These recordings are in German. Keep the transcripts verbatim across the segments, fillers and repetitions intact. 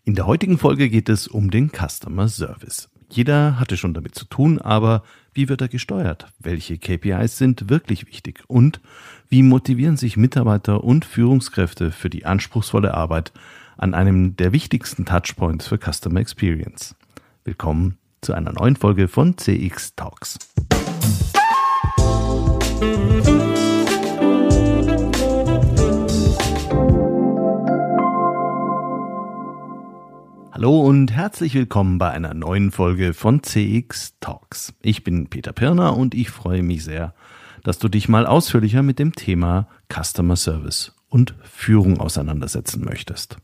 In der heutigen Folge geht es um den Customer Service. Jeder hatte schon damit zu tun, aber wie wird er gesteuert? Welche K P Is sind wirklich wichtig? Und wie motivieren sich Mitarbeiter und Führungskräfte für die anspruchsvolle Arbeit an einem der wichtigsten Touchpoints für Customer Experience? Willkommen zu einer neuen Folge von C X Talks. Hallo und herzlich willkommen bei einer neuen Folge von C X Talks. Ich bin Peter Pirner und ich freue mich sehr, dass du dich mal ausführlicher mit dem Thema Customer Service und Führung auseinandersetzen möchtest.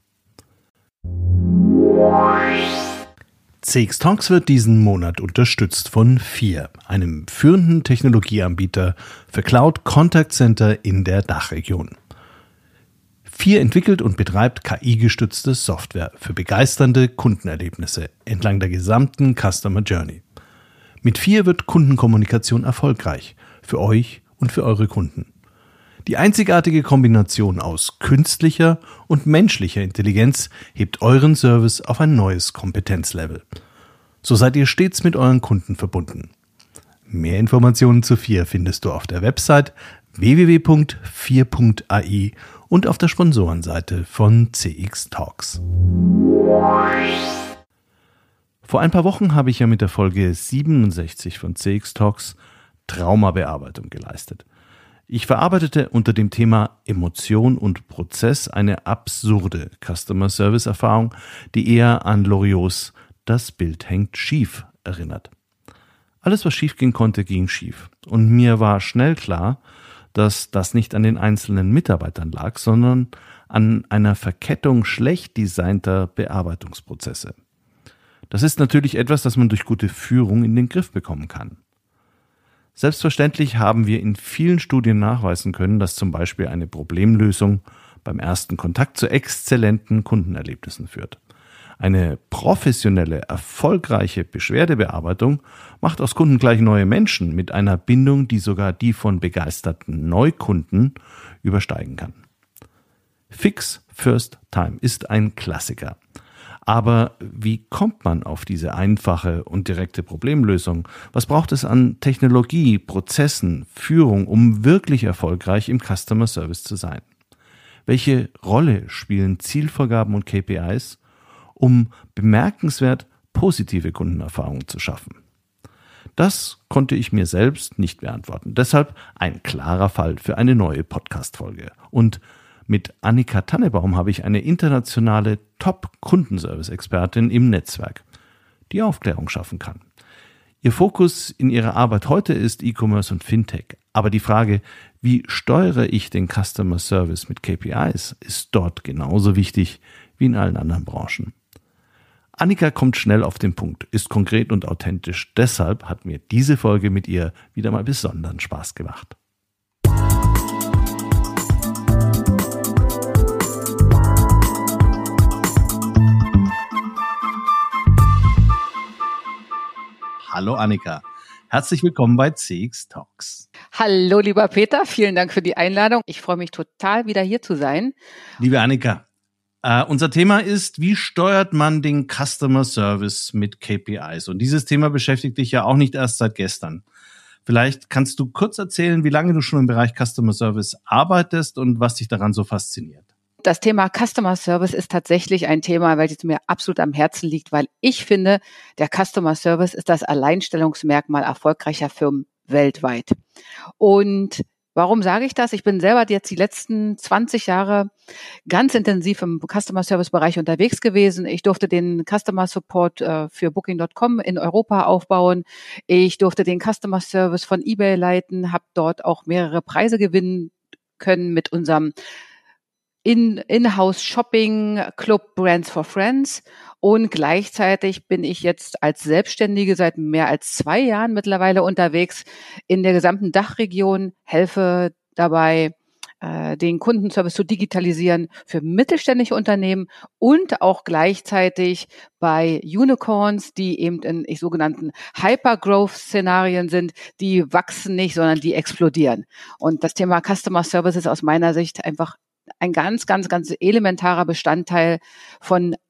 C X Talks wird diesen Monat unterstützt von vier, einem führenden Technologieanbieter für Cloud Contact Center in der Dachregion. vier entwickelt und betreibt K I-gestützte Software für begeisternde Kundenerlebnisse entlang der gesamten Customer Journey. Mit vier wird Kundenkommunikation erfolgreich für euch und für eure Kunden. Die einzigartige Kombination aus künstlicher und menschlicher Intelligenz hebt euren Service auf ein neues Kompetenzlevel. So seid ihr stets mit euren Kunden verbunden. Mehr Informationen zu vier findest du auf der Website w w w punkt vier punkt a i und auf der Sponsorenseite von C X Talks. Vor ein paar Wochen habe ich ja mit der Folge siebenundsechzig von C X Talks Traumabearbeitung geleistet. Ich verarbeitete unter dem Thema Emotion und Prozess eine absurde Customer Service Erfahrung, die eher an Loriots Das Bild hängt schief erinnert. Alles, was schief gehen konnte, ging schief. Und mir war schnell klar, dass das nicht an den einzelnen Mitarbeitern lag, sondern an einer Verkettung schlecht designter Bearbeitungsprozesse. Das ist natürlich etwas, das man durch gute Führung in den Griff bekommen kann. Selbstverständlich haben wir in vielen Studien nachweisen können, dass zum Beispiel eine Problemlösung beim ersten Kontakt zu exzellenten Kundenerlebnissen führt. Eine professionelle, erfolgreiche Beschwerdebearbeitung macht aus Kunden gleich neue Menschen mit einer Bindung, die sogar die von begeisterten Neukunden übersteigen kann. Fix First Time ist ein Klassiker. Aber wie kommt man auf diese einfache und direkte Problemlösung? Was braucht es an Technologie, Prozessen, Führung, um wirklich erfolgreich im Customer Service zu sein? Welche Rolle spielen Zielvorgaben und K P Is, um bemerkenswert positive Kundenerfahrungen zu schaffen? Das konnte ich mir selbst nicht beantworten. Deshalb ein klarer Fall für eine neue Podcast-Folge. Und mit Annika Tannebaum habe ich eine internationale Top-Kundenservice-Expertin im Netzwerk, die Aufklärung schaffen kann. Ihr Fokus in ihrer Arbeit heute ist E-Commerce und Fintech. Aber die Frage, wie steuere ich den Customer Service mit K P Is, ist dort genauso wichtig wie in allen anderen Branchen. Annika kommt schnell auf den Punkt, ist konkret und authentisch. Deshalb hat mir diese Folge mit ihr wieder mal besonderen Spaß gemacht. Hallo Annika, herzlich willkommen bei C X Talks. Hallo lieber Peter, vielen Dank für die Einladung. Ich freue mich total, wieder hier zu sein. Liebe Annika, Uh, unser Thema ist, wie steuert man den Customer Service mit K P Is? Und dieses Thema beschäftigt dich ja auch nicht erst seit gestern. Vielleicht kannst du kurz erzählen, wie lange du schon im Bereich Customer Service arbeitest und was dich daran so fasziniert. Das Thema Customer Service ist tatsächlich ein Thema, welches mir absolut am Herzen liegt, weil ich finde, der Customer Service ist das Alleinstellungsmerkmal erfolgreicher Firmen weltweit. Und warum sage ich das? Ich bin selber jetzt die letzten zwanzig Jahre ganz intensiv im Customer Service Bereich unterwegs gewesen. Ich durfte den Customer Support äh, für Booking Punkt com in Europa aufbauen. Ich durfte den Customer Service von eBay leiten, habe dort auch mehrere Preise gewinnen können mit unserem in, In-house Shopping Club Brands for Friends. Und gleichzeitig bin ich jetzt als Selbstständige seit mehr als zwei Jahren mittlerweile unterwegs in der gesamten Dachregion, helfe dabei, äh, den Kundenservice zu digitalisieren für mittelständische Unternehmen und auch gleichzeitig bei Unicorns, die eben in ich, sogenannten Hyper-Growth-Szenarien sind, die wachsen nicht, sondern die explodieren. Und das Thema Customer Service ist aus meiner Sicht einfach ein ganz, ganz, ganz elementarer Bestandteil von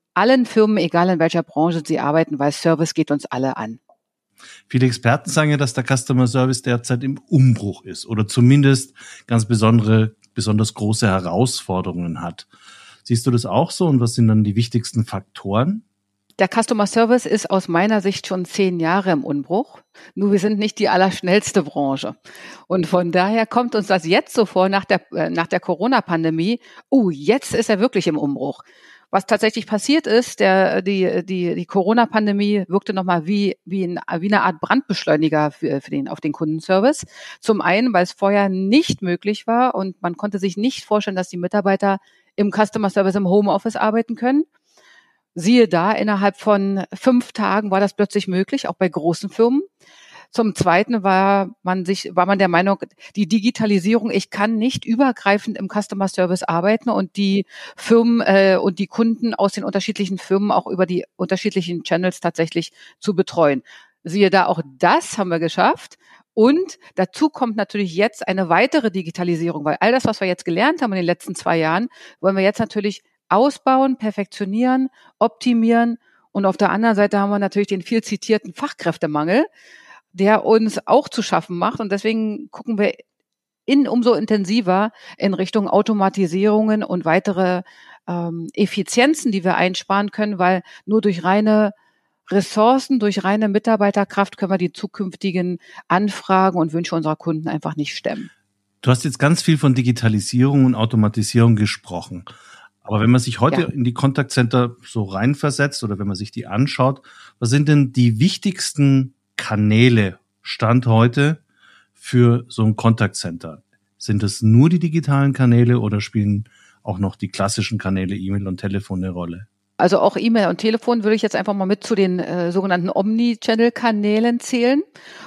allen Firmen, egal in welcher Branche sie arbeiten, weil Service geht uns alle an. Viele Experten sagen ja, dass der Customer Service derzeit im Umbruch ist oder zumindest ganz besondere, besonders große Herausforderungen hat. Siehst du das auch so und was sind dann die wichtigsten Faktoren? Der Customer Service ist aus meiner Sicht schon zehn Jahre im Umbruch. Nur wir sind nicht die allerschnellste Branche. Und von daher kommt uns das jetzt so vor nach der, äh, nach der Corona-Pandemie. Oh, jetzt ist er wirklich im Umbruch. Was tatsächlich passiert ist, der, die, die, die Corona-Pandemie wirkte nochmal wie, wie, ein, wie eine Art Brandbeschleuniger für, für den, auf den Kundenservice. Zum einen, weil es vorher nicht möglich war und man konnte sich nicht vorstellen, dass die Mitarbeiter im Customer Service im Homeoffice arbeiten können. Siehe da, innerhalb von fünf Tagen war das plötzlich möglich, auch bei großen Firmen. Zum Zweiten war man sich, war man der Meinung, die Digitalisierung, ich kann nicht übergreifend im Customer Service arbeiten und die Firmen äh, und die Kunden aus den unterschiedlichen Firmen auch über die unterschiedlichen Channels tatsächlich zu betreuen. Siehe da, auch das haben wir geschafft. Und dazu kommt natürlich jetzt eine weitere Digitalisierung, weil all das, was wir jetzt gelernt haben in den letzten zwei Jahren, wollen wir jetzt natürlich ausbauen, perfektionieren, optimieren. Und auf der anderen Seite haben wir natürlich den viel zitierten Fachkräftemangel, der uns auch zu schaffen macht. Und deswegen gucken wir in umso intensiver in Richtung Automatisierungen und weitere ähm, Effizienzen, die wir einsparen können, weil nur durch reine Ressourcen, durch reine Mitarbeiterkraft können wir die zukünftigen Anfragen und Wünsche unserer Kunden einfach nicht stemmen. Du hast jetzt ganz viel von Digitalisierung und Automatisierung gesprochen. Aber wenn man sich heute ja. in die Contact Center so reinversetzt oder wenn man sich die anschaut, was sind denn die wichtigsten Kanäle Stand heute für so ein Contact Center? Sind es nur die digitalen Kanäle oder spielen auch noch die klassischen Kanäle E-Mail und Telefon eine Rolle? Also auch E-Mail und Telefon würde ich jetzt einfach mal mit zu den äh, sogenannten Omni-Channel-Kanälen zählen.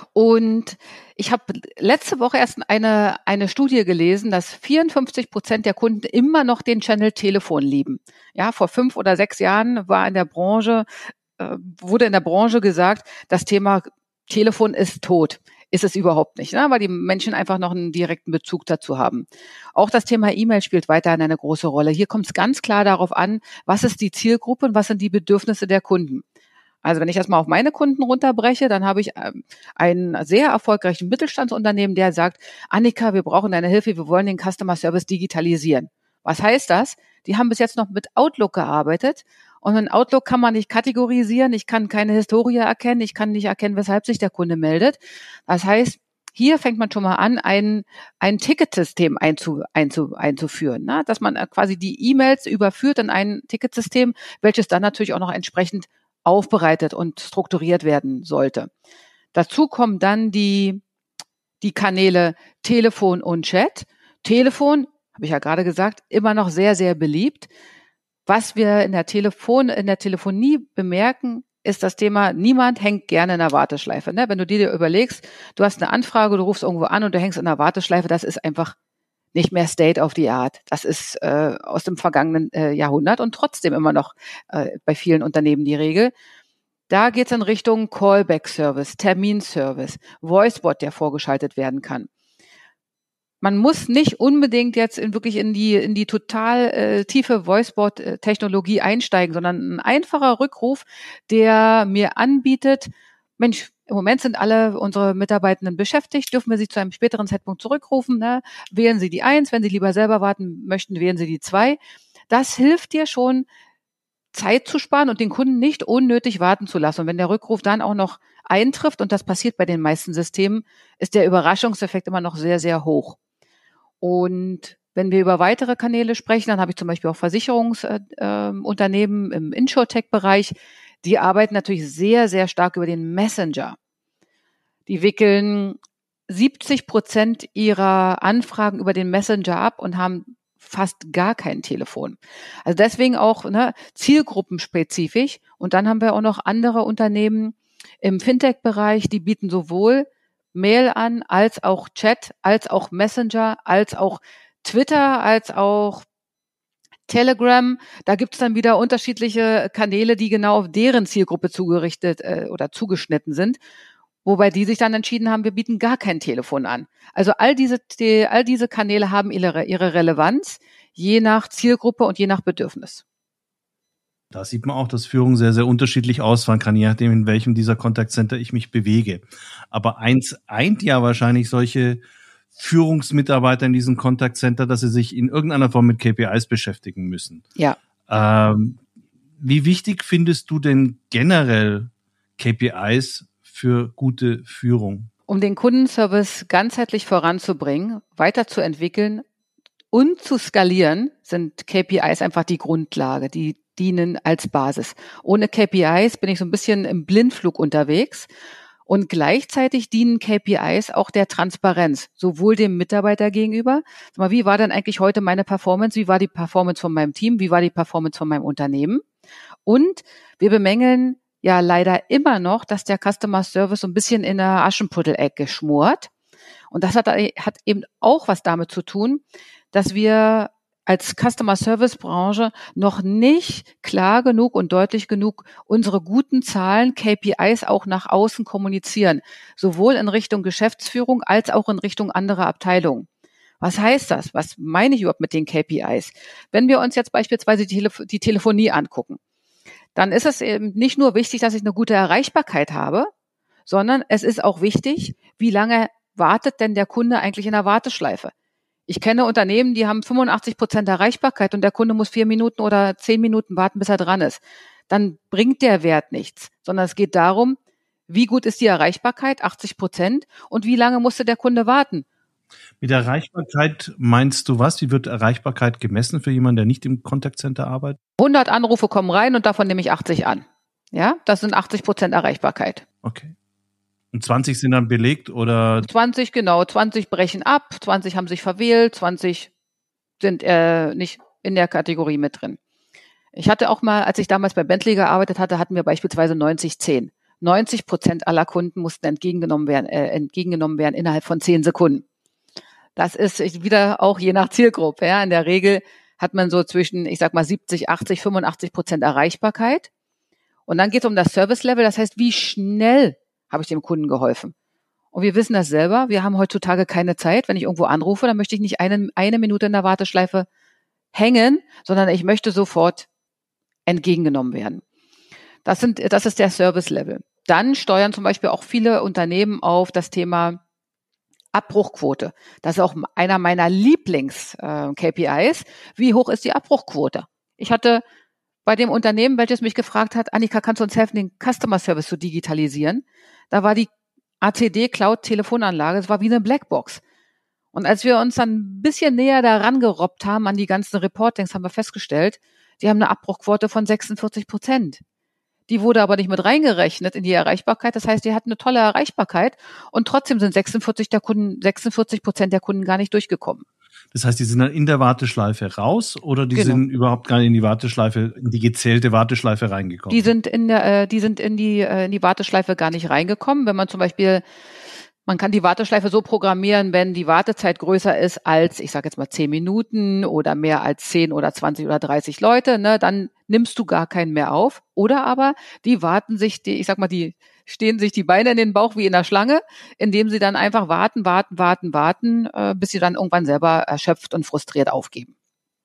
Und ich habe letzte Woche erst eine eine Studie gelesen, dass vierundfünfzig Prozent der Kunden immer noch den Channel Telefon lieben. Ja, vor fünf oder sechs Jahren war in der Branche äh, wurde in der Branche gesagt, das Thema Telefon ist tot. Ist es überhaupt nicht, ne? Weil die Menschen einfach noch einen direkten Bezug dazu haben. Auch das Thema E-Mail spielt weiterhin eine große Rolle. Hier kommt es ganz klar darauf an, was ist die Zielgruppe und was sind die Bedürfnisse der Kunden. Also wenn ich das mal auf meine Kunden runterbreche, dann habe ich ähm, einen sehr erfolgreichen Mittelstandsunternehmen, der sagt, Annika, wir brauchen deine Hilfe, wir wollen den Customer Service digitalisieren. Was heißt das? Die haben bis jetzt noch mit Outlook gearbeitet. Und in Outlook kann man nicht kategorisieren, ich kann keine Historie erkennen, ich kann nicht erkennen, weshalb sich der Kunde meldet. Das heißt, hier fängt man schon mal an, ein, ein Ticketsystem einzu, einzu, einzuführen, ne? Dass man quasi die E-Mails überführt in ein Ticketsystem, welches dann natürlich auch noch entsprechend aufbereitet und strukturiert werden sollte. Dazu kommen dann die, die Kanäle Telefon und Chat. Telefon, habe ich ja gerade gesagt, immer noch sehr, sehr beliebt. Was wir in der Telefon, in der Telefonie bemerken, ist das Thema, niemand hängt gerne in der Warteschleife. Ne? Wenn du dir überlegst, du hast eine Anfrage, du rufst irgendwo an und du hängst in der Warteschleife, das ist einfach nicht mehr State of the Art. Das ist äh, aus dem vergangenen äh, Jahrhundert und trotzdem immer noch äh, bei vielen Unternehmen die Regel. Da geht es in Richtung Callback-Service, Terminservice, Voicebot, der vorgeschaltet werden kann. Man muss nicht unbedingt jetzt in wirklich in die in die total äh, tiefe Voicebot-Technologie einsteigen, sondern ein einfacher Rückruf, der mir anbietet, Mensch, im Moment sind alle unsere Mitarbeitenden beschäftigt, dürfen wir sie zu einem späteren Zeitpunkt zurückrufen, ne? Wählen Sie die eins, wenn Sie lieber selber warten möchten, wählen Sie die zwei. Das hilft dir schon, Zeit zu sparen und den Kunden nicht unnötig warten zu lassen. Und wenn der Rückruf dann auch noch eintrifft, und das passiert bei den meisten Systemen, ist der Überraschungseffekt immer noch sehr, sehr hoch. Und wenn wir über weitere Kanäle sprechen, dann habe ich zum Beispiel auch Versicherungsunternehmen äh, im InsurTech-Bereich, die arbeiten natürlich sehr, sehr stark über den Messenger. Die wickeln siebzig Prozent ihrer Anfragen über den Messenger ab und haben fast gar kein Telefon. Also deswegen auch ne, zielgruppenspezifisch. Und dann haben wir auch noch andere Unternehmen im Fintech-Bereich, die bieten sowohl Mail an, als auch Chat, als auch Messenger, als auch Twitter, als auch Telegram. Da gibt es dann wieder unterschiedliche Kanäle, die genau auf deren Zielgruppe zugerichtet äh, oder zugeschnitten sind. Wobei die sich dann entschieden haben, wir bieten gar kein Telefon an. Also all diese, die, all diese Kanäle haben ihre, ihre Relevanz, je nach Zielgruppe und je nach Bedürfnis. Da sieht man auch, dass Führung sehr, sehr unterschiedlich ausfallen kann, je nachdem, in welchem dieser Contact Center ich mich bewege. Aber eins eint ja wahrscheinlich solche Führungsmitarbeiter in diesem Contact Center, dass sie sich in irgendeiner Form mit K P Is beschäftigen müssen. Ja. Ähm, wie wichtig findest du denn generell K P Is für gute Führung? Um den Kundenservice ganzheitlich voranzubringen, weiterzuentwickeln und zu skalieren, sind K P Is einfach die Grundlage, die dienen als Basis. Ohne K P Is bin ich so ein bisschen im Blindflug unterwegs und gleichzeitig dienen K P Is auch der Transparenz, sowohl dem Mitarbeiter gegenüber. Sag mal, wie war denn eigentlich heute meine Performance? Wie war die Performance von meinem Team? Wie war die Performance von meinem Unternehmen? Und wir bemängeln ja leider immer noch, dass der Customer Service so ein bisschen in der Aschenputtelecke schmort. Und das hat, hat eben auch was damit zu tun, dass wir als Customer Service Branche noch nicht klar genug und deutlich genug unsere guten Zahlen, K P Is auch nach außen kommunizieren, sowohl in Richtung Geschäftsführung als auch in Richtung anderer Abteilungen. Was heißt das? Was meine ich überhaupt mit den K P Is? Wenn wir uns jetzt beispielsweise die, Telef- die Telefonie angucken, dann ist es eben nicht nur wichtig, dass ich eine gute Erreichbarkeit habe, sondern es ist auch wichtig, wie lange wartet denn der Kunde eigentlich in der Warteschleife? Ich kenne Unternehmen, die haben fünfundachtzig Prozent Erreichbarkeit und der Kunde muss vier Minuten oder zehn Minuten warten, bis er dran ist. Dann bringt der Wert nichts, sondern es geht darum, wie gut ist die Erreichbarkeit, achtzig Prozent, und wie lange musste der Kunde warten? Mit Erreichbarkeit meinst du was? Wie wird Erreichbarkeit gemessen für jemanden, der nicht im Contact Center arbeitet? hundert Anrufe kommen rein und davon nehme ich achtzig an. Ja, das sind achtzig Prozent Erreichbarkeit. Okay. Und zwanzig sind dann belegt oder? zwanzig, genau. zwanzig brechen ab, zwanzig haben sich verwählt, zwanzig sind äh, nicht in der Kategorie mit drin. Ich hatte auch mal, als ich damals bei Bentley gearbeitet hatte, hatten wir beispielsweise neunzig zehn. neunzig Prozent aller Kunden mussten entgegengenommen werden, äh, entgegengenommen werden innerhalb von zehn Sekunden. Das ist wieder auch je nach Zielgruppe. Ja. In der Regel hat man so zwischen, ich sag mal, siebzig, achtzig, fünfundachtzig Prozent Erreichbarkeit. Und dann geht es um das Service-Level. Das heißt, wie schnell habe ich dem Kunden geholfen? Und wir wissen das selber. Wir haben heutzutage keine Zeit. Wenn ich irgendwo anrufe, dann möchte ich nicht eine, eine Minute in der Warteschleife hängen, sondern ich möchte sofort entgegengenommen werden. Das sind, das ist der Service-Level. Dann steuern zum Beispiel auch viele Unternehmen auf das Thema Abbruchquote. Das ist auch einer meiner Lieblings-K P Is. Wie hoch ist die Abbruchquote? Ich hatte bei dem Unternehmen, welches mich gefragt hat, Annika, kannst du uns helfen, den Customer Service zu digitalisieren? Da war die A C D Cloud Telefonanlage, es war wie eine Blackbox. Und als wir uns dann ein bisschen näher daran gerobbt haben an die ganzen Reportings, haben wir festgestellt, die haben eine Abbruchquote von sechsundvierzig Prozent. Die wurde aber nicht mit reingerechnet in die Erreichbarkeit. Das heißt, die hatten eine tolle Erreichbarkeit und trotzdem sind sechsundvierzig der Kunden, sechsundvierzig Prozent der Kunden gar nicht durchgekommen. Das heißt, die sind dann in der Warteschleife raus oder die genau. sind überhaupt gar nicht in die Warteschleife, in die gezählte Warteschleife reingekommen? Die sind in der, äh, die sind in die, äh, in die Warteschleife gar nicht reingekommen. Wenn man zum Beispiel, man kann die Warteschleife so programmieren, wenn die Wartezeit größer ist als, ich sage jetzt mal zehn Minuten oder mehr als zehn oder zwanzig oder dreißig Leute, ne, dann nimmst du gar keinen mehr auf. Oder aber die warten sich, die, ich sag mal, die stehen sich die Beine in den Bauch wie in der Schlange, indem sie dann einfach warten, warten, warten, warten, äh, bis sie dann irgendwann selber erschöpft und frustriert aufgeben.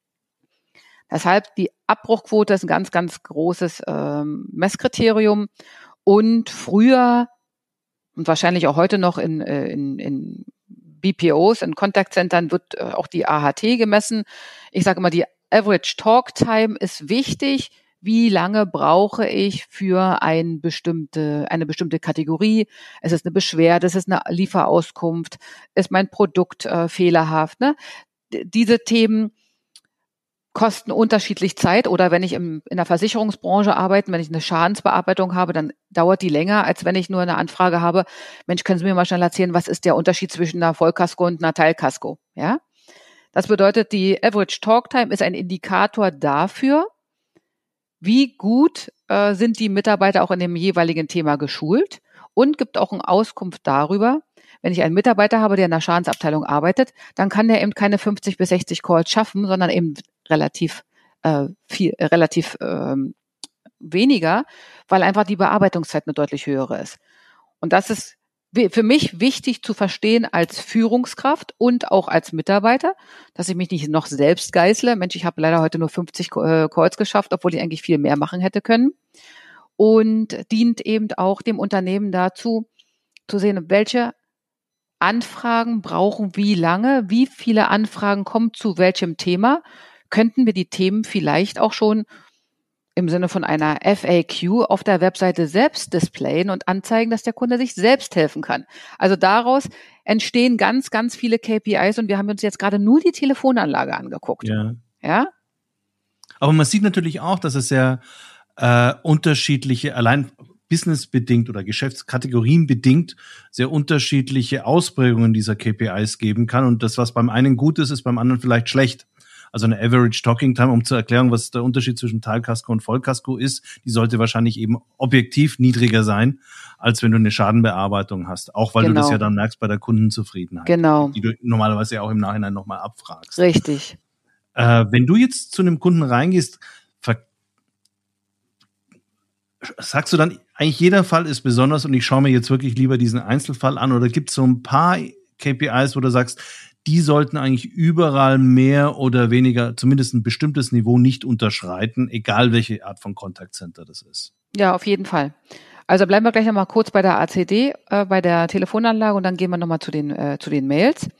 Deshalb die Abbruchquote ist ein ganz, ganz großes ähm, Messkriterium. Und früher und wahrscheinlich auch heute noch in, in, in B P Os, in Contact-Centern wird äh, auch die A H T gemessen. Ich sage immer, die Average Talk Time ist wichtig. Wie lange brauche ich für ein bestimmte, eine bestimmte Kategorie? Es ist eine Beschwerde, es ist eine Lieferauskunft, ist mein Produkt äh, fehlerhaft? Ne? D- diese Themen kosten unterschiedlich Zeit, oder wenn ich im, in der Versicherungsbranche arbeite, wenn ich eine Schadensbearbeitung habe, dann dauert die länger, als wenn ich nur eine Anfrage habe. Mensch, können Sie mir mal schnell erzählen, was ist der Unterschied zwischen einer Vollkasko und einer Teilkasko? Ja? Das bedeutet, die Average Talk Time ist ein Indikator dafür, wie gut äh, sind die Mitarbeiter auch in dem jeweiligen Thema geschult, und gibt auch eine Auskunft darüber, wenn ich einen Mitarbeiter habe, der in der Schadensabteilung arbeitet, dann kann der eben keine fünfzig bis sechzig Calls schaffen, sondern eben relativ äh, viel, äh, relativ ähm, weniger, weil einfach die Bearbeitungszeit eine deutlich höhere ist. Und das ist für mich wichtig zu verstehen als Führungskraft und auch als Mitarbeiter, dass ich mich nicht noch selbst geißle. Mensch, ich habe leider heute nur fünfzig Calls geschafft, obwohl ich eigentlich viel mehr machen hätte können. Und dient eben auch dem Unternehmen dazu, zu sehen, welche Anfragen brauchen wie lange, wie viele Anfragen kommen zu welchem Thema. Könnten wir die Themen vielleicht auch schon im Sinne von einer F A Q auf der Webseite selbst displayen und anzeigen, dass der Kunde sich selbst helfen kann. Also daraus entstehen ganz, ganz viele K P Is und wir haben uns jetzt gerade nur die Telefonanlage angeguckt. Ja. Ja? Aber man sieht natürlich auch, dass es sehr äh, unterschiedliche, allein businessbedingt oder geschäftskategorienbedingt sehr unterschiedliche Ausprägungen dieser K P Is geben kann. Und das, was beim einen gut ist, ist beim anderen vielleicht schlecht. Also eine Average Talking Time, um zu erklären, was der Unterschied zwischen Teilkasko und Vollkasko ist, die sollte wahrscheinlich eben objektiv niedriger sein, als wenn du eine Schadenbearbeitung hast. Auch weil genau. du das ja dann merkst bei der Kundenzufriedenheit, genau. die du normalerweise ja auch im Nachhinein nochmal abfragst. Richtig. Äh, wenn du jetzt zu einem Kunden reingehst, ver- sagst du dann, eigentlich jeder Fall ist besonders und ich schaue mir jetzt wirklich lieber diesen Einzelfall an, oder gibt es so ein paar K P Is, wo du sagst, die sollten eigentlich überall mehr oder weniger, zumindest ein bestimmtes Niveau nicht unterschreiten, egal welche Art von Contact Center das ist? Ja, auf jeden Fall. Also bleiben wir gleich nochmal kurz bei der A C D, äh, bei der Telefonanlage und dann gehen wir nochmal zu den, äh, zu den Mails.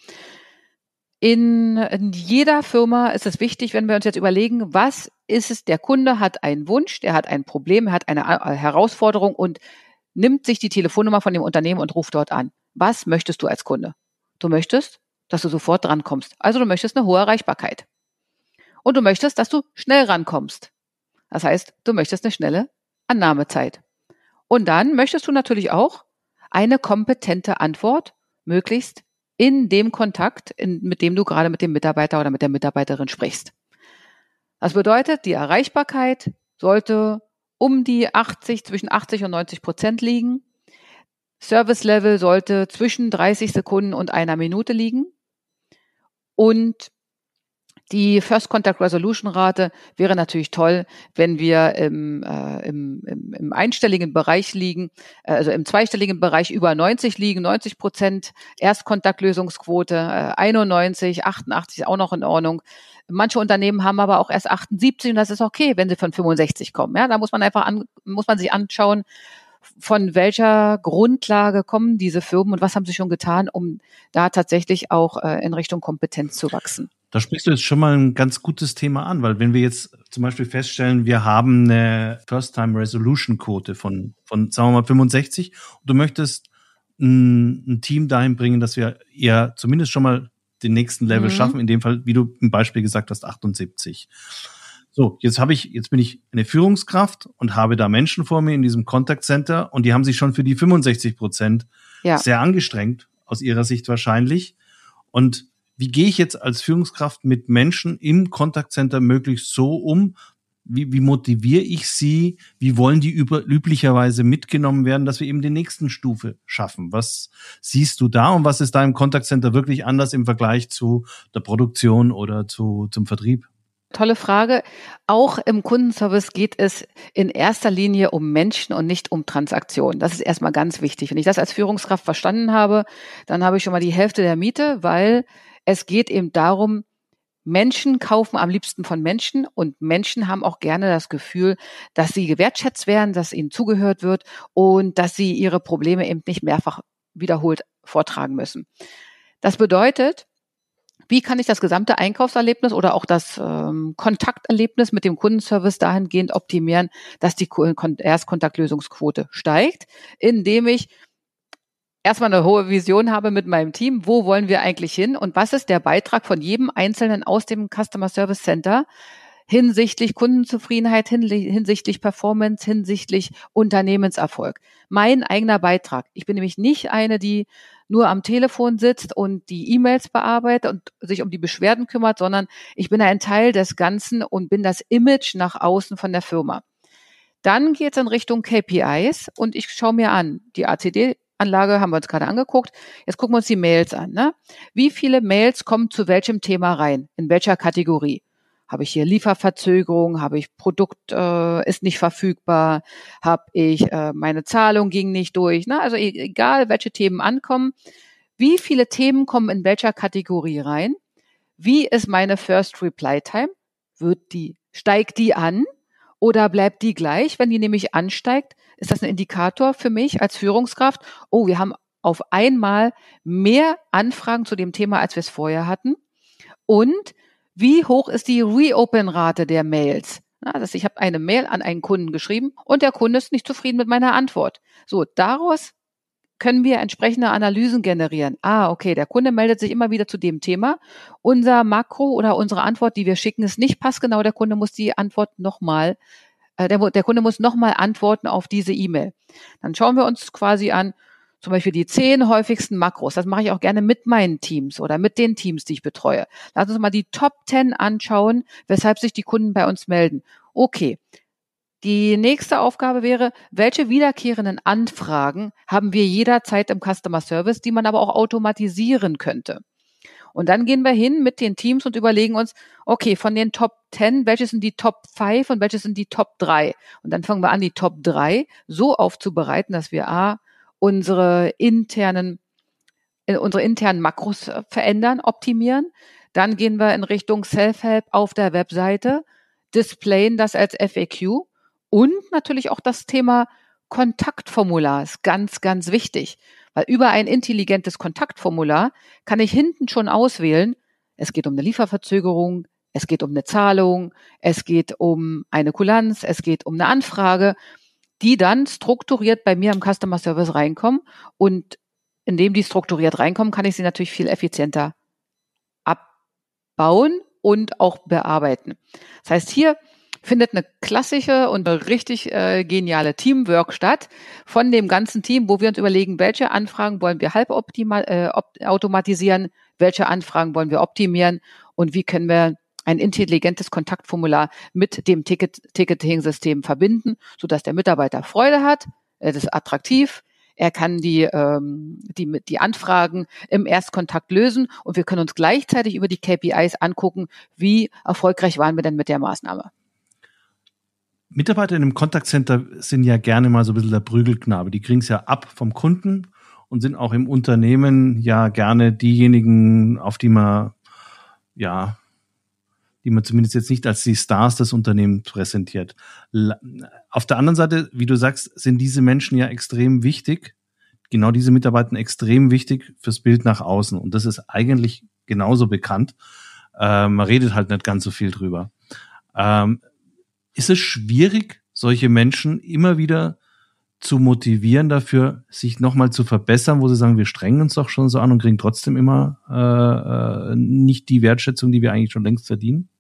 In, in jeder Firma ist es wichtig, wenn wir uns jetzt überlegen, was ist es, der Kunde hat einen Wunsch, der hat ein Problem, er hat eine Herausforderung und nimmt sich die Telefonnummer von dem Unternehmen und ruft dort an. Was möchtest du als Kunde? Du möchtest, dass du sofort drankommst. Also du möchtest eine hohe Erreichbarkeit. Und du möchtest, dass du schnell rankommst. Das heißt, du möchtest eine schnelle Annahmezeit. Und dann möchtest du natürlich auch eine kompetente Antwort, möglichst in dem Kontakt, in, mit dem du gerade mit dem Mitarbeiter oder mit der Mitarbeiterin sprichst. Das bedeutet, die Erreichbarkeit sollte um die achtzig, zwischen achtzig und neunzig Prozent liegen. Service Level sollte zwischen dreißig Sekunden und einer Minute liegen. Und die First Contact Resolution Rate wäre natürlich toll, wenn wir im, äh, im, im, im einstelligen Bereich liegen, äh, also im zweistelligen Bereich über neunzig liegen, neunzig Prozent Erstkontaktlösungsquote, äh, einundneunzig, achtundachtzig auch noch in Ordnung. Manche Unternehmen haben aber auch erst achtundsiebzig und das ist okay, wenn sie von fünfundsechzig kommen. Ja, da muss man einfach an, muss man sich anschauen, von welcher Grundlage kommen diese Firmen und was haben sie schon getan, um da tatsächlich auch äh, in Richtung Kompetenz zu wachsen. Da sprichst du jetzt schon mal ein ganz gutes Thema an, weil wenn wir jetzt zum Beispiel feststellen, wir haben eine First-Time-Resolution-Quote von, von, sagen wir mal, fünfundsechzig und du möchtest ein, ein Team dahin bringen, dass wir eher zumindest schon mal den nächsten Level mhm. schaffen, in dem Fall, wie du im Beispiel gesagt hast, achtundsiebzig. So, jetzt habe ich, jetzt bin ich eine Führungskraft und habe da Menschen vor mir in diesem Contact Center und die haben sich schon für die fünfundsechzig Prozent ja. sehr angestrengt, aus ihrer Sicht wahrscheinlich. Und wie gehe ich jetzt als Führungskraft mit Menschen im Contact Center möglichst so um? Wie, wie motiviere ich sie? Wie wollen die über, üblicherweise mitgenommen werden, dass wir eben die nächsten Stufe schaffen? Was siehst du da und was ist da im Contact Center wirklich anders im Vergleich zu der Produktion oder zu, zum Vertrieb? Tolle Frage. Auch im Kundenservice geht es in erster Linie um Menschen und nicht um Transaktionen. Das ist erstmal ganz wichtig. Wenn ich das als Führungskraft verstanden habe, dann habe ich schon mal die Hälfte der Miete, weil es geht eben darum, Menschen kaufen am liebsten von Menschen und Menschen haben auch gerne das Gefühl, dass sie gewertschätzt werden, dass ihnen zugehört wird und dass sie ihre Probleme eben nicht mehrfach wiederholt vortragen müssen. Das bedeutet, wie kann ich das gesamte Einkaufserlebnis oder auch das ähm, Kontakterlebnis mit dem Kundenservice dahingehend optimieren, dass die Erstkontaktlösungsquote steigt, indem ich erstmal eine hohe Vision habe mit meinem Team, wo wollen wir eigentlich hin und was ist der Beitrag von jedem Einzelnen aus dem Customer Service Center hinsichtlich Kundenzufriedenheit, hinsichtlich Performance, hinsichtlich Unternehmenserfolg. Mein eigener Beitrag. Ich bin nämlich nicht eine, die nur am Telefon sitzt und die E-Mails bearbeitet und sich um die Beschwerden kümmert, sondern ich bin ein Teil des Ganzen und bin das Image nach außen von der Firma. Dann geht es in Richtung K P Is und ich schaue mir an, die A C D-Anlage haben wir uns gerade angeguckt. Jetzt gucken wir uns die Mails an. Ne? Wie viele Mails kommen zu welchem Thema rein? In welcher Kategorie? Habe ich hier Lieferverzögerung? Habe ich Produkt äh, ist nicht verfügbar? Habe ich äh, meine Zahlung ging nicht durch? Na, also e- egal, welche Themen ankommen. Wie viele Themen kommen in welcher Kategorie rein? Wie ist meine First Reply Time? Wird die, steigt die an oder bleibt die gleich? Wenn die nämlich ansteigt, ist das ein Indikator für mich als Führungskraft. Oh, wir haben auf einmal mehr Anfragen zu dem Thema, als wir es vorher hatten. Und wie hoch ist die Reopen-Rate der Mails? Na, das, ich habe eine Mail an einen Kunden geschrieben und der Kunde ist nicht zufrieden mit meiner Antwort. So, daraus können wir entsprechende Analysen generieren. Ah, okay, der Kunde meldet sich immer wieder zu dem Thema. Unser Makro oder unsere Antwort, die wir schicken, ist nicht passgenau. Der Kunde muss die Antwort nochmal, äh, der, der Kunde muss nochmal antworten auf diese E-Mail. Dann schauen wir uns quasi an, zum Beispiel die zehn häufigsten Makros. Das mache ich auch gerne mit meinen Teams oder mit den Teams, die ich betreue. Lass uns mal die Top zehn anschauen, weshalb sich die Kunden bei uns melden. Okay. Die nächste Aufgabe wäre, welche wiederkehrenden Anfragen haben wir jederzeit im Customer Service, die man aber auch automatisieren könnte? Und dann gehen wir hin mit den Teams und überlegen uns, okay, von den Top zehn, welche sind die Top fünf und welche sind die Top drei? Und dann fangen wir an, die Top drei so aufzubereiten, dass wir A, unsere internen, unsere internen Makros verändern, optimieren. Dann gehen wir in Richtung Self-Help auf der Webseite, displayen das als F A Q und natürlich auch das Thema Kontaktformular ist ganz, ganz wichtig, weil über ein intelligentes Kontaktformular kann ich hinten schon auswählen, es geht um eine Lieferverzögerung, es geht um eine Zahlung, es geht um eine Kulanz, es geht um eine Anfrage, die dann strukturiert bei mir im Customer Service reinkommen. Und indem die strukturiert reinkommen, kann ich sie natürlich viel effizienter abbauen und auch bearbeiten. Das heißt, hier findet eine klassische und eine richtig äh, geniale Teamwork statt von dem ganzen Team, wo wir uns überlegen, welche Anfragen wollen wir halb optimal, äh, op- automatisieren, welche Anfragen wollen wir optimieren und wie können wir ein intelligentes Kontaktformular mit dem Ticket, Ticketing-System verbinden, sodass der Mitarbeiter Freude hat, es ist attraktiv, er kann die, ähm, die, die Anfragen im Erstkontakt lösen und wir können uns gleichzeitig über die K P Is angucken, wie erfolgreich waren wir denn mit der Maßnahme. Mitarbeiter in einem Kontaktcenter sind ja gerne mal so ein bisschen der Prügelknabe. Die kriegen es ja ab vom Kunden und sind auch im Unternehmen ja gerne diejenigen, auf die man, ja, die man zumindest jetzt nicht als die Stars des Unternehmens präsentiert. Auf der anderen Seite, wie du sagst, sind diese Menschen ja extrem wichtig, genau diese Mitarbeiter extrem wichtig fürs Bild nach außen. Und das ist eigentlich genauso bekannt. Äh, man redet halt nicht ganz so viel drüber. Ähm, ist es schwierig, solche Menschen immer wieder zu motivieren dafür, sich nochmal zu verbessern, wo sie sagen, wir strengen uns doch schon so an und kriegen trotzdem immer äh, nicht die Wertschätzung, die wir eigentlich schon längst verdienen?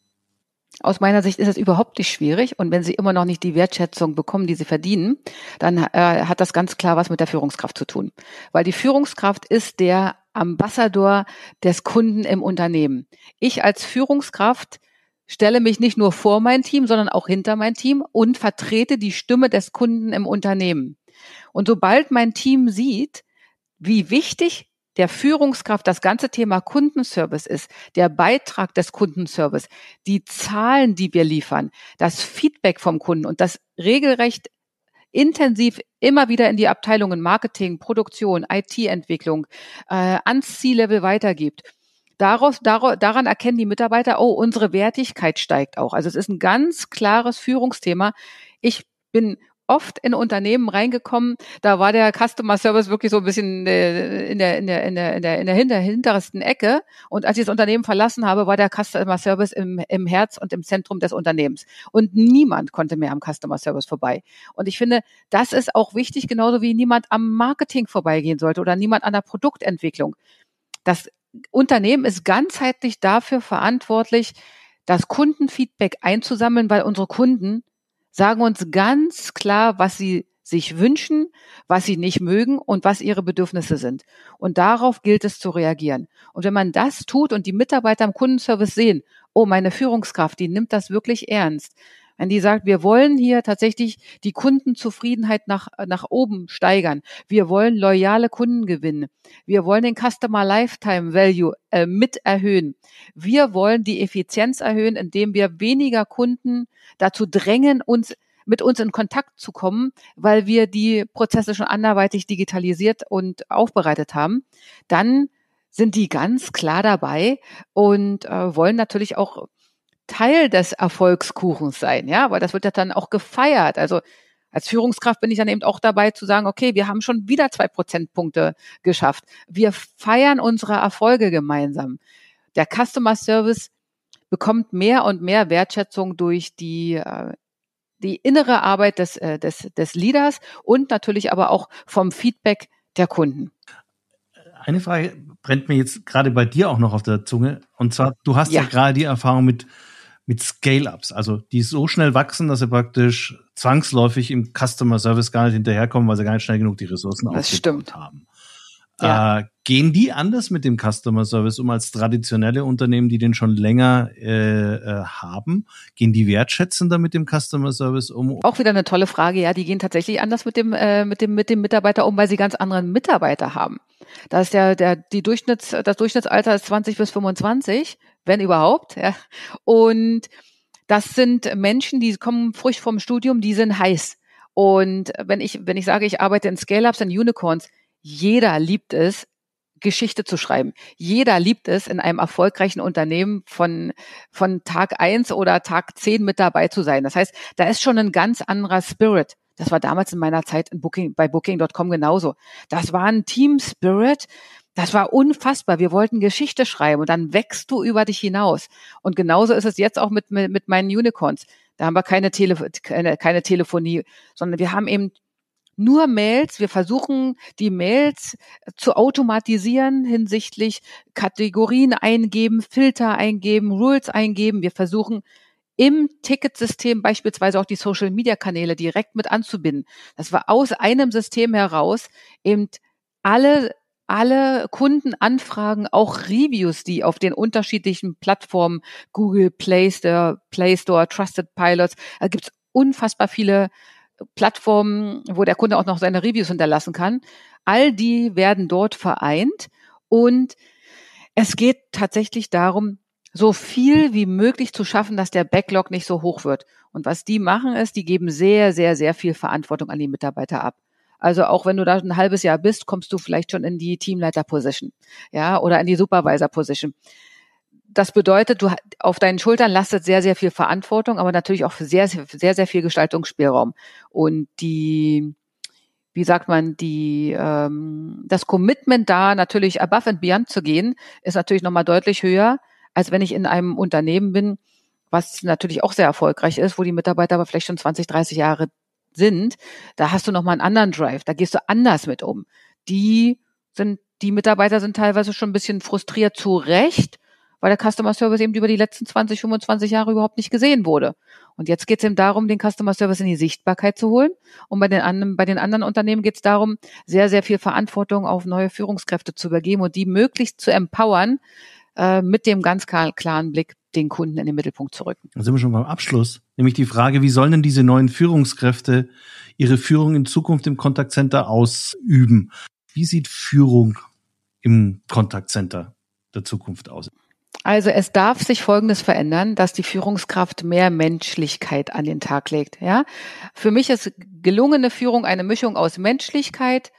Aus meiner Sicht ist es überhaupt nicht schwierig. Und wenn sie immer noch nicht die Wertschätzung bekommen, die sie verdienen, dann äh, hat das ganz klar was mit der Führungskraft zu tun. Weil die Führungskraft ist der Ambassador des Kunden im Unternehmen. Ich als Führungskraft stelle mich nicht nur vor mein Team, sondern auch hinter mein Team und vertrete die Stimme des Kunden im Unternehmen. Und sobald mein Team sieht, wie wichtig der Führungskraft das ganze Thema Kundenservice ist, der Beitrag des Kundenservice, die Zahlen, die wir liefern, das Feedback vom Kunden und das regelrecht intensiv immer wieder in die Abteilungen Marketing, Produktion, I T-Entwicklung äh, ans C-Level weitergibt. Daraus, dar, daran erkennen die Mitarbeiter, oh, unsere Wertigkeit steigt auch. Also es ist ein ganz klares Führungsthema. Ich bin oft in Unternehmen reingekommen, da war der Customer Service wirklich so ein bisschen in der in der in der in der in der hinter, hintersten Ecke. Und als ich das Unternehmen verlassen habe, war der Customer Service im im Herz und im Zentrum des Unternehmens. Und niemand konnte mehr am Customer Service vorbei. Und ich finde, das ist auch wichtig, genauso wie niemand am Marketing vorbeigehen sollte oder niemand an der Produktentwicklung. Das Unternehmen ist ganzheitlich dafür verantwortlich, das Kundenfeedback einzusammeln, weil unsere Kunden sagen uns ganz klar, was sie sich wünschen, was sie nicht mögen und was ihre Bedürfnisse sind. Und darauf gilt es zu reagieren. Und wenn man das tut und die Mitarbeiter im Kundenservice sehen, oh, meine Führungskraft, die nimmt das wirklich ernst. wenn die sagt, wir wollen hier tatsächlich die Kundenzufriedenheit nach, nach oben steigern. Wir wollen loyale Kunden gewinnen. Wir wollen den Customer Lifetime Value äh, mit erhöhen. Wir wollen die Effizienz erhöhen, indem wir weniger Kunden dazu drängen, uns mit uns in Kontakt zu kommen, weil wir die Prozesse schon anderweitig digitalisiert und aufbereitet haben. Dann sind die ganz klar dabei und äh, wollen natürlich auch Teil des Erfolgskuchens sein, ja, weil das wird ja dann auch gefeiert. Also als Führungskraft bin ich dann eben auch dabei zu sagen, okay, wir haben schon wieder zwei Prozentpunkte geschafft. Wir feiern unsere Erfolge gemeinsam. Der Customer Service bekommt mehr und mehr Wertschätzung durch die äh, die innere Arbeit des, äh, des, des Leaders und natürlich aber auch vom Feedback der Kunden. Eine Frage brennt mir jetzt gerade bei dir auch noch auf der Zunge. Und zwar, du hast ja, ja gerade die Erfahrung mit, mit Scale-Ups, also die so schnell wachsen, dass sie praktisch zwangsläufig im Customer Service gar nicht hinterherkommen, weil sie gar nicht schnell genug die Ressourcen aufgebaut haben. Ja. Äh, gehen die anders mit dem Customer Service um als traditionelle Unternehmen, die den schon länger äh, äh, haben? Gehen die wertschätzender mit dem Customer Service um? Auch wieder eine tolle Frage. Ja, die gehen tatsächlich anders mit dem äh, mit dem mit dem Mitarbeiter um, weil sie ganz andere Mitarbeiter haben. Da ist der der die Durchschnitts das Durchschnittsalter ist zwanzig bis fünfundzwanzig, wenn überhaupt. Ja. Und das sind Menschen, die kommen frisch vom Studium, die sind heiß. Und wenn ich wenn ich sage, ich arbeite in Scale-Ups und Unicorns, jeder liebt es, Geschichte zu schreiben. Jeder liebt es, in einem erfolgreichen Unternehmen von, von Tag eins oder Tag zehn mit dabei zu sein. Das heißt, da ist schon ein ganz anderer Spirit. Das war damals in meiner Zeit in Booking, bei Booking Punkt com genauso. Das war ein Team Spirit. Das war unfassbar. Wir wollten Geschichte schreiben und dann wächst du über dich hinaus. Und genauso ist es jetzt auch mit, mit, mit meinen Unicorns. Da haben wir keine, Tele, keine, keine Telefonie, sondern wir haben eben nur Mails. Wir versuchen, die Mails zu automatisieren hinsichtlich Kategorien eingeben, Filter eingeben, Rules eingeben. Wir versuchen, im Ticketsystem beispielsweise auch die Social-Media-Kanäle direkt mit anzubinden. Das war aus einem System heraus eben alle alle Kundenanfragen, auch Reviews, die auf den unterschiedlichen Plattformen, Google Play Store, Play Store, Trusted Pilots, da gibt es unfassbar viele Plattformen, wo der Kunde auch noch seine Reviews hinterlassen kann. All die werden dort vereint und es geht tatsächlich darum, so viel wie möglich zu schaffen, dass der Backlog nicht so hoch wird. Und was die machen ist, die geben sehr, sehr, sehr viel Verantwortung an die Mitarbeiter ab. Also auch wenn du da ein halbes Jahr bist, kommst du vielleicht schon in die Teamleiter-Position, ja, oder in die Supervisor-Position. Das bedeutet, du auf deinen Schultern lastet sehr, sehr viel Verantwortung, aber natürlich auch sehr, sehr, sehr viel Gestaltungsspielraum. Und die, wie sagt man, die, ähm, das Commitment da natürlich above and beyond zu gehen, ist natürlich nochmal deutlich höher, als wenn ich in einem Unternehmen bin, was natürlich auch sehr erfolgreich ist, wo die Mitarbeiter aber vielleicht schon zwanzig, dreißig Jahre sind. Da hast du nochmal einen anderen Drive. Da gehst du anders mit um. Die sind, die Mitarbeiter sind teilweise schon ein bisschen frustriert, zu Recht, weil der Customer Service eben über die letzten zwanzig, fünfundzwanzig Jahre überhaupt nicht gesehen wurde. Und jetzt geht es eben darum, den Customer Service in die Sichtbarkeit zu holen. Und bei den anderen, bei den anderen Unternehmen geht es darum, sehr, sehr viel Verantwortung auf neue Führungskräfte zu übergeben und die möglichst zu empowern, äh, mit dem ganz klaren Blick, den Kunden in den Mittelpunkt zu rücken. Da sind wir schon beim Abschluss. Nämlich die Frage, wie sollen denn diese neuen Führungskräfte ihre Führung in Zukunft im Contact Center ausüben? Wie sieht Führung im Contact Center der Zukunft aus? Also es darf sich Folgendes verändern, dass die Führungskraft mehr Menschlichkeit an den Tag legt. Ja, für mich ist gelungene Führung eine Mischung aus Menschlichkeit,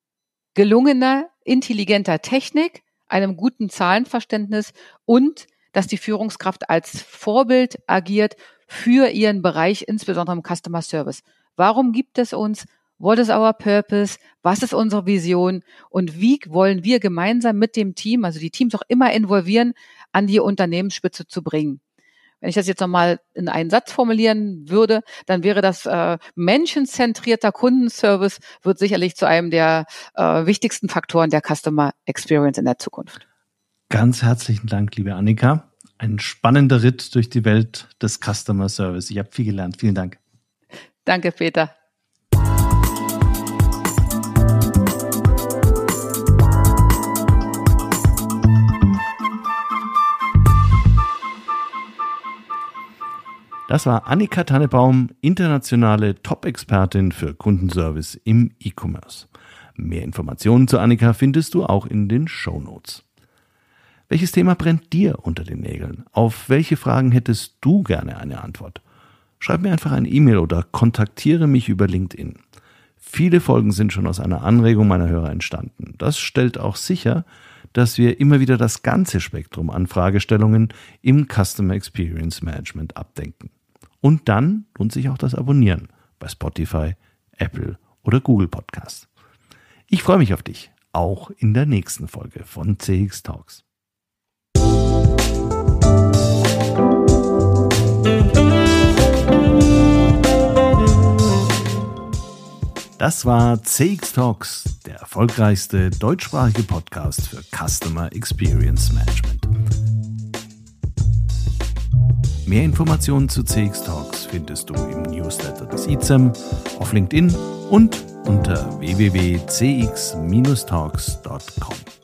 gelungener, intelligenter Technik, einem guten Zahlenverständnis und dass die Führungskraft als Vorbild agiert für ihren Bereich, insbesondere im Customer Service. Warum gibt es uns? What is our purpose? Was ist unsere Vision? Und wie wollen wir gemeinsam mit dem Team, also die Teams auch immer involvieren, an die Unternehmensspitze zu bringen? Wenn ich das jetzt nochmal in einen Satz formulieren würde, dann wäre das äh, menschenzentrierter Kundenservice wird sicherlich zu einem der äh, wichtigsten Faktoren der Customer Experience in der Zukunft. Ganz herzlichen Dank, liebe Annika. Ein spannender Ritt durch die Welt des Customer Service. Ich habe viel gelernt. Vielen Dank. Danke, Peter. Das war Annika Tannebaum, internationale Top-Expertin für Kundenservice im E-Commerce. Mehr Informationen zu Annika findest du auch in den Shownotes. Welches Thema brennt dir unter den Nägeln? Auf welche Fragen hättest du gerne eine Antwort? Schreib mir einfach eine E-Mail oder kontaktiere mich über LinkedIn. Viele Folgen sind schon aus einer Anregung meiner Hörer entstanden. Das stellt auch sicher, dass wir immer wieder das ganze Spektrum an Fragestellungen im Customer Experience Management abdenken. Und dann lohnt sich auch das Abonnieren bei Spotify, Apple oder Google Podcasts. Ich freue mich auf dich, auch in der nächsten Folge von C X Talks. Das war C X Talks, der erfolgreichste deutschsprachige Podcast für Customer Experience Management. Mehr Informationen zu C X Talks findest du im Newsletter des I Z E M, auf LinkedIn und unter w w w punkt c x Bindestrich talks punkt com.